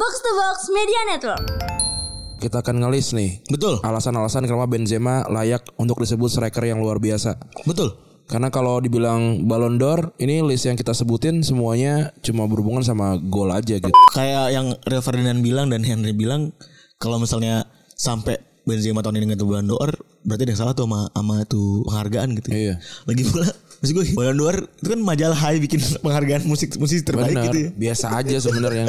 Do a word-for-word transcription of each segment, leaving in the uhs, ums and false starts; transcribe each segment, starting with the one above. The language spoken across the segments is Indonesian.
Box to Box Media Network. Kita akan ngelis nih. Betul. Alasan-alasan kenapa Benzema layak untuk disebut striker yang luar biasa. Betul. Karena kalau dibilang Ballon d'Or, ini list yang kita sebutin semuanya cuma berhubungan sama gol aja gitu. Kayak yang Rio Ferdinand bilang dan Henry bilang, kalau misalnya sampai Benzema tahun ini nggak Ballon d'Or, berarti ada yang salah tuh sama sama tuh penghargaan gitu. Iya. Lagi pula, maksud gue Ballon d'Or itu kan majalah High bikin penghargaan musik musik terbaik. Bener, gitu ya. biasa aja sebenarnya.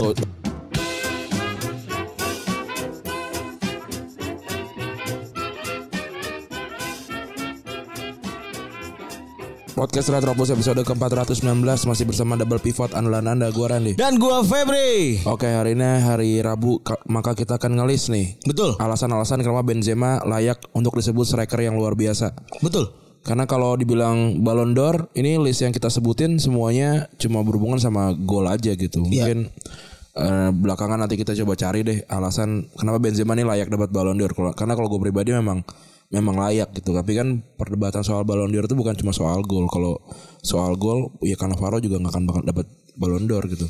Podcast Retropus episode ke empat ratus sembilan belas masih bersama double pivot andalan Anda, gua Randy. Dan gua Febri. Oke, hari ini hari Rabu, maka kita akan ngelis nih. Betul. Alasan-alasan kenapa Benzema layak untuk disebut striker yang luar biasa. Betul. Karena kalau dibilang Ballon d'Or, ini list yang kita sebutin semuanya cuma berhubungan sama gol aja gitu. Mungkin ya. uh, belakangan nanti kita coba cari deh alasan kenapa Benzema ini layak dapat Ballon d'Or. Karena kalau gue pribadi memang memang layak gitu. Tapi kan perdebatan soal Ballon d'Or itu bukan cuma soal gol. Kalau soal gol, ya Cannavaro juga nggak akan bakal dapat Ballon d'Or gitu.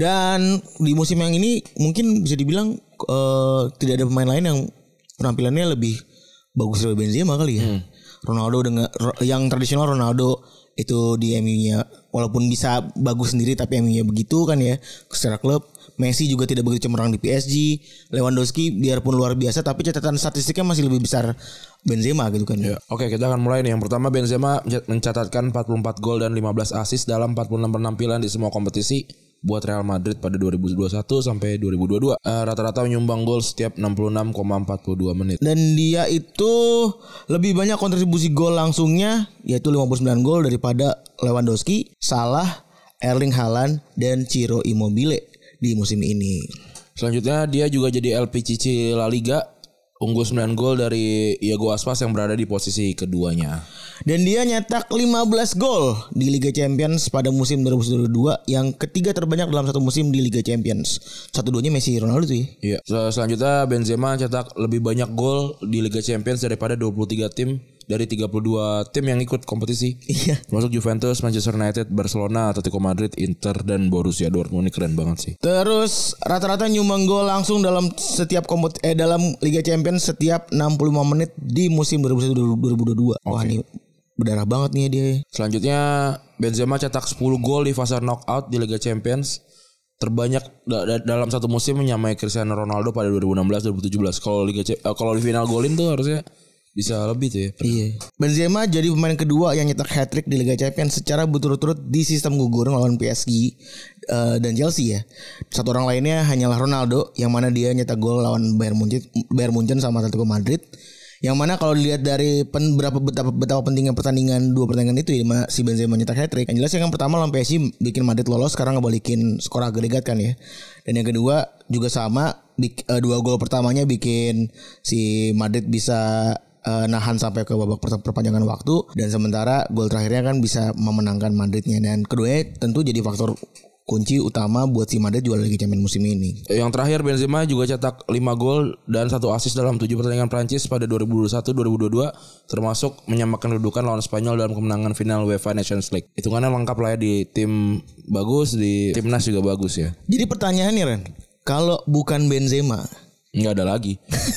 Dan di musim yang ini mungkin bisa dibilang uh, tidak ada pemain lain yang penampilannya lebih bagus dari Benzema kali ya. Hmm. Ronaldo dengan yang tradisional Ronaldo itu di M U-nya walaupun bisa bagus sendiri tapi M U-nya begitu kan ya secara klub. Messi juga tidak begitu cemerlang di P S G. Lewandowski biarpun luar biasa tapi catatan statistiknya masih lebih besar Benzema gitu kan. Ya. Oke, kita akan mulai nih. Yang pertama, Benzema mencatatkan empat puluh empat gol dan lima belas assist dalam empat puluh enam penampilan di semua kompetisi buat Real Madrid pada dua ribu dua puluh satu sampai dua ribu dua puluh dua. Uh, rata-rata menyumbang gol setiap enam puluh enam koma empat puluh dua menit. Dan dia itu lebih banyak kontribusi gol langsungnya yaitu lima puluh sembilan gol daripada Lewandowski, Salah, Erling Haaland dan Ciro Immobile di musim ini. Selanjutnya dia juga jadi L P C C La Liga, unggul sembilan gol dari Iago Aspas yang berada di posisi keduanya. Dan dia nyetak lima belas gol di Liga Champions pada musim dua ribu dua puluh dua, yang ketiga terbanyak dalam satu musim di Liga Champions. Satu-duanya Messi, Ronaldo tuh ya. Iya. Selanjutnya Benzema cetak lebih banyak gol di Liga Champions daripada dua puluh tiga tim dari tiga puluh dua tim yang ikut kompetisi. Iya. Termasuk Juventus, Manchester United, Barcelona, Atletico Madrid, Inter dan Borussia Dortmund. Ini keren banget sih. Terus rata-rata nyumbang gol langsung dalam setiap kompet eh dalam Liga Champions setiap enam puluh lima menit di musim dua ribu dua puluh satu dua ribu dua puluh dua. Wah, ini berdarah banget nih dia. Selanjutnya Benzema cetak sepuluh gol di fase knockout di Liga Champions. Terbanyak da- dalam satu musim menyamai Cristiano Ronaldo pada dua ribu enam belas dua ribu tujuh belas. Kalau Liga uh, kalau di final golin tuh harusnya bisa lebih tuh ya. Iya. Benzema jadi pemain kedua yang nyetak hat-trick di Liga Champions secara berturut-turut di sistem gugur lawan P S G uh, dan Chelsea ya. Satu orang lainnya hanyalah Ronaldo yang mana dia nyetak gol lawan Bayern Munchen, Bayern Munchen sama Atletico Madrid. Yang mana kalau dilihat dari pen, berapa betapa, betapa pentingnya pertandingan dua pertandingan itu ya, si Benzema nyetak hat-trick. Yang jelas yang pertama lawan P S G bikin Madrid lolos, sekarang ngebalikin skor agregat kan ya. Dan yang kedua juga sama, bik, uh, dua gol pertamanya bikin si Madrid bisa uh, nahan sampai ke babak per- perpanjangan waktu, dan sementara gol terakhirnya kan bisa memenangkan Madridnya. Dan keduanya tentu jadi faktor kunci utama buat si Madrid juara Liga Champions musim ini. Yang terakhir Benzema juga cetak lima gol dan satu assist dalam tujuh pertandingan Prancis pada dua ribu dua puluh satu dua ribu dua puluh dua, termasuk menyamakan kedudukan lawan Spanyol dalam kemenangan final UEFA Nations League. Hitungannya lengkap lah ya, di tim bagus, di timnas juga bagus ya. Jadi pertanyaannya Ren, kalau bukan Benzema nggak ada lagi.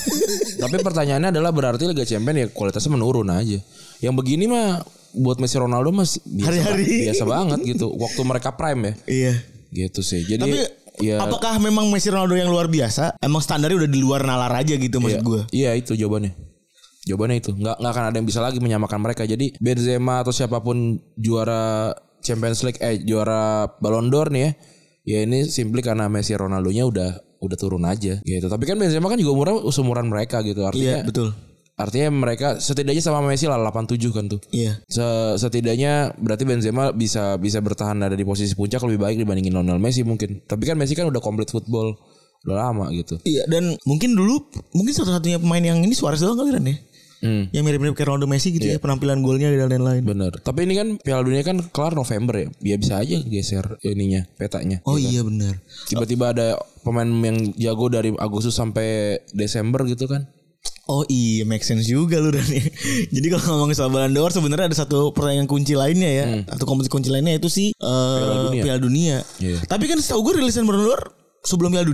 Tapi pertanyaannya adalah berarti Liga Champions ya kualitasnya menurun aja. Yang begini mah buat Messi, Ronaldo mas biasa, hari-hari. biasa banget gitu. Waktu mereka prime ya. Iya. Gitu sih. Jadi tapi ya, apakah memang Messi, Ronaldo yang luar biasa? Emang standarnya udah di luar nalar aja gitu maksud iya, gue. Iya itu jawabannya. Jawabannya itu. Nggak nggak akan ada yang bisa lagi menyamakan mereka. Jadi Benzema atau siapapun juara Champions League eh juara Ballon d'Or nih ya. Ya ini simply karena Messi, Ronaldonya udah udah turun aja gitu. Tapi kan Benzema kan juga umurnya seumuran mereka gitu. Artinya iya, betul. Artinya mereka setidaknya sama Messi lah delapan puluh tujuh kan tuh. Iya. Setidaknya berarti Benzema bisa bisa bertahan ada di posisi puncak lebih baik dibandingin Lionel Messi mungkin. Tapi kan Messi kan udah komplit football udah lama gitu. Iya, dan mungkin dulu mungkin satu-satunya pemain yang ini Suarez doang kali kan ya. Hmm. Yang mirip-mirip kayak Ronaldo, Messi gitu iya. Ya penampilan golnya dan lain-lain. Bener. Tapi ini kan Piala Dunia kan kelar November ya. Ya bisa aja geser ininya petanya. Oh ya kan? Iya benar. Tiba-tiba ada pemain yang jago dari Agustus sampai Desember gitu kan. Oh iya, make sense juga lu Dani. Jadi kalau ngomongin soal Ballon d'Or sebenarnya ada satu pertandingan kunci lainnya ya, hmm. atau kompetisi kunci lainnya itu sih uh, Piala Dunia. Piala Dunia. Yeah. Tapi kan setahu gue rilisan Ballon d'Or sebelum Piala Dunia nggak sih?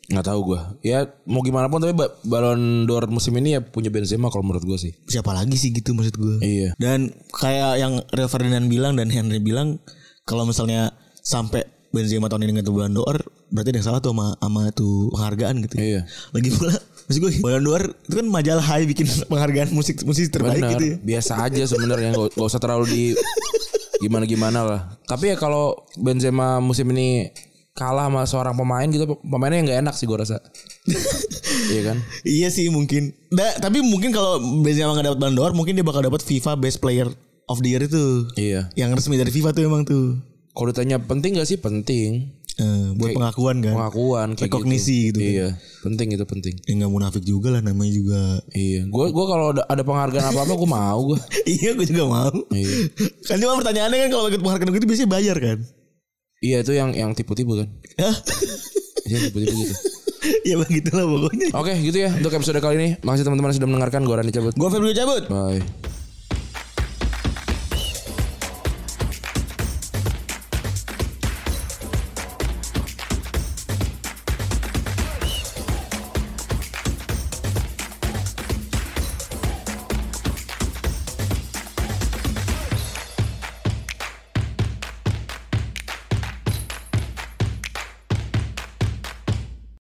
Nggak tahu gue. Ya mau gimana pun tapi Ballon d'Or musim ini ya punya Benzema kalau menurut gue sih. Siapa lagi sih gitu maksud gue. Iya. Dan kayak yang Rio Ferdinand bilang dan Henry bilang kalau misalnya sampai Benzema tahun ini nggak Ballon d'Or berarti ada yang salah tuh sama sama tuh penghargaan gitu. Iya. Lagi pula maksud gue Ballon d'Or itu kan majalah High bikin penghargaan musik musik terbaik. Bener, gitu ya. Biasa aja sebenarnya nggak usah terlalu di gimana-gimana lah. Tapi ya kalau Benzema musim ini kalah sama seorang pemain gitu, pemainnya nggak enak sih gue rasa. Iya kan? Iya sih mungkin. Da, tapi mungkin kalau Benzema nggak dapat Ballon d'Or, mungkin dia bakal dapat FIFA Best Player of the Year itu. Iya. Yang resmi dari FIFA tuh emang tuh. Kalau ditanya penting nggak sih, penting. Uh, buat kayak pengakuan kan. Pengakuan, rekognisi gitu. gitu iya, kan. penting itu penting. Ya nggak munafik juga lah namanya juga. Iya. Gue gue kalau ada, ada penghargaan apa apa gue mau gue. Iya gue juga mau. Iya. Kan cuma pertanyaannya kan kalau ikut penghargaan gitu biasanya bayar kan. Iya itu yang yang tipu-tipu kan. Iya tipu-tipu gitu. Ya begitulah pokoknya. Oke gitu ya untuk episode kali ini. Makasih teman-teman sudah mendengarkan. Gue Rani cabut. Gue Febri cabut. Bye.